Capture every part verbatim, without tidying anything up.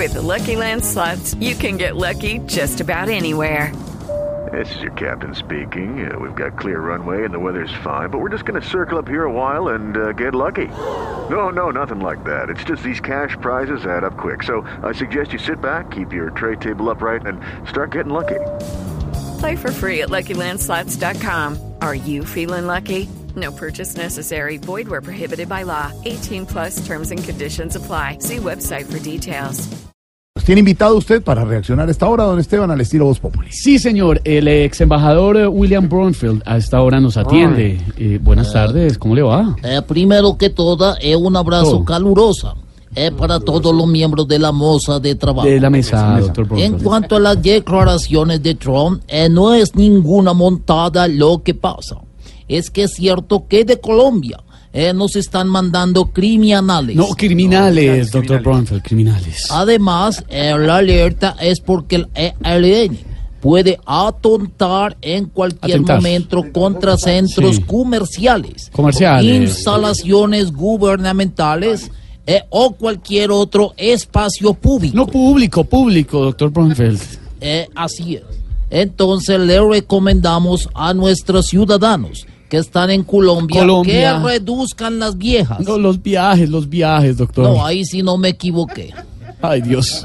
With the Lucky Land Slots, you can get lucky just about anywhere. This is your captain speaking. Uh, we've got clear runway and the weather's fine, but we're just going to circle up here a while and uh, get lucky. No, no, nothing like that. It's just these cash prizes add up quick. So I suggest you sit back, keep your tray table upright, and start getting lucky. Play for free at Lucky Land Slots dot com. Are you feeling lucky? No purchase necessary. Void where prohibited by law. eighteen plus terms and conditions apply. See website for details. ¿Tiene invitado usted para reaccionar a esta hora, don Esteban, al estilo Voz Populi? Sí, señor. El ex embajador William Bromfield a esta hora nos atiende. Eh, buenas eh, tardes, ¿cómo le va? Eh, primero que todo, eh, un abrazo oh. caluroso eh, para todos los miembros de la mesa de trabajo. De la mesa, doctor Bromfield. En cuanto a las declaraciones de Trump, eh, no es ninguna montada lo que pasa. Es que es cierto que de Colombia Eh, nos están mandando criminales. No, criminales, no, doctor Bromfield, criminales. Además, eh, la alerta es porque el E L N puede atontar en cualquier Atentar. momento contra centros sí. comerciales, comerciales, instalaciones gubernamentales eh, o cualquier otro espacio público. No público, público, doctor Bromfield. Eh, así es. Entonces le recomendamos a nuestros ciudadanos que están en Colombia, Colombia, que reduzcan las viejas. No, los viajes, los viajes, doctor. No, ahí sí no me equivoqué. Ay, Dios.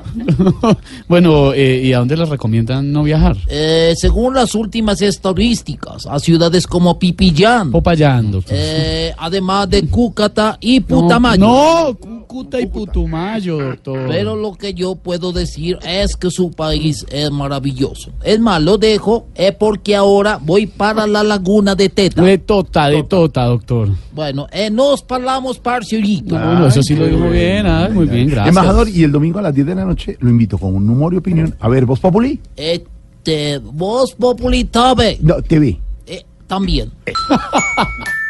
Bueno, eh, ¿y a dónde les recomiendan no viajar? Eh, según las últimas estadísticas, a ciudades como Pipillán, Popayán, doctor. Eh, además de Cúcuta y Putumayo. No, no, Cúcuta y Putumayo, doctor. Pero lo que yo puedo decir es que su país es maravilloso. Es más, lo dejo es porque ahora voy para la laguna de Teta. De Tota, de Tota, doctor. Bueno, eh, nos parlamos, parcerito. No, bueno, eso sí lo dijo bien, ah, muy bien, gracias. Embajador, y el domingo a las diez de la noche lo invito con un humor y opinión a ver Voz Populi. Este, Voz Populi T V. No, T V. Eh, también. Eh.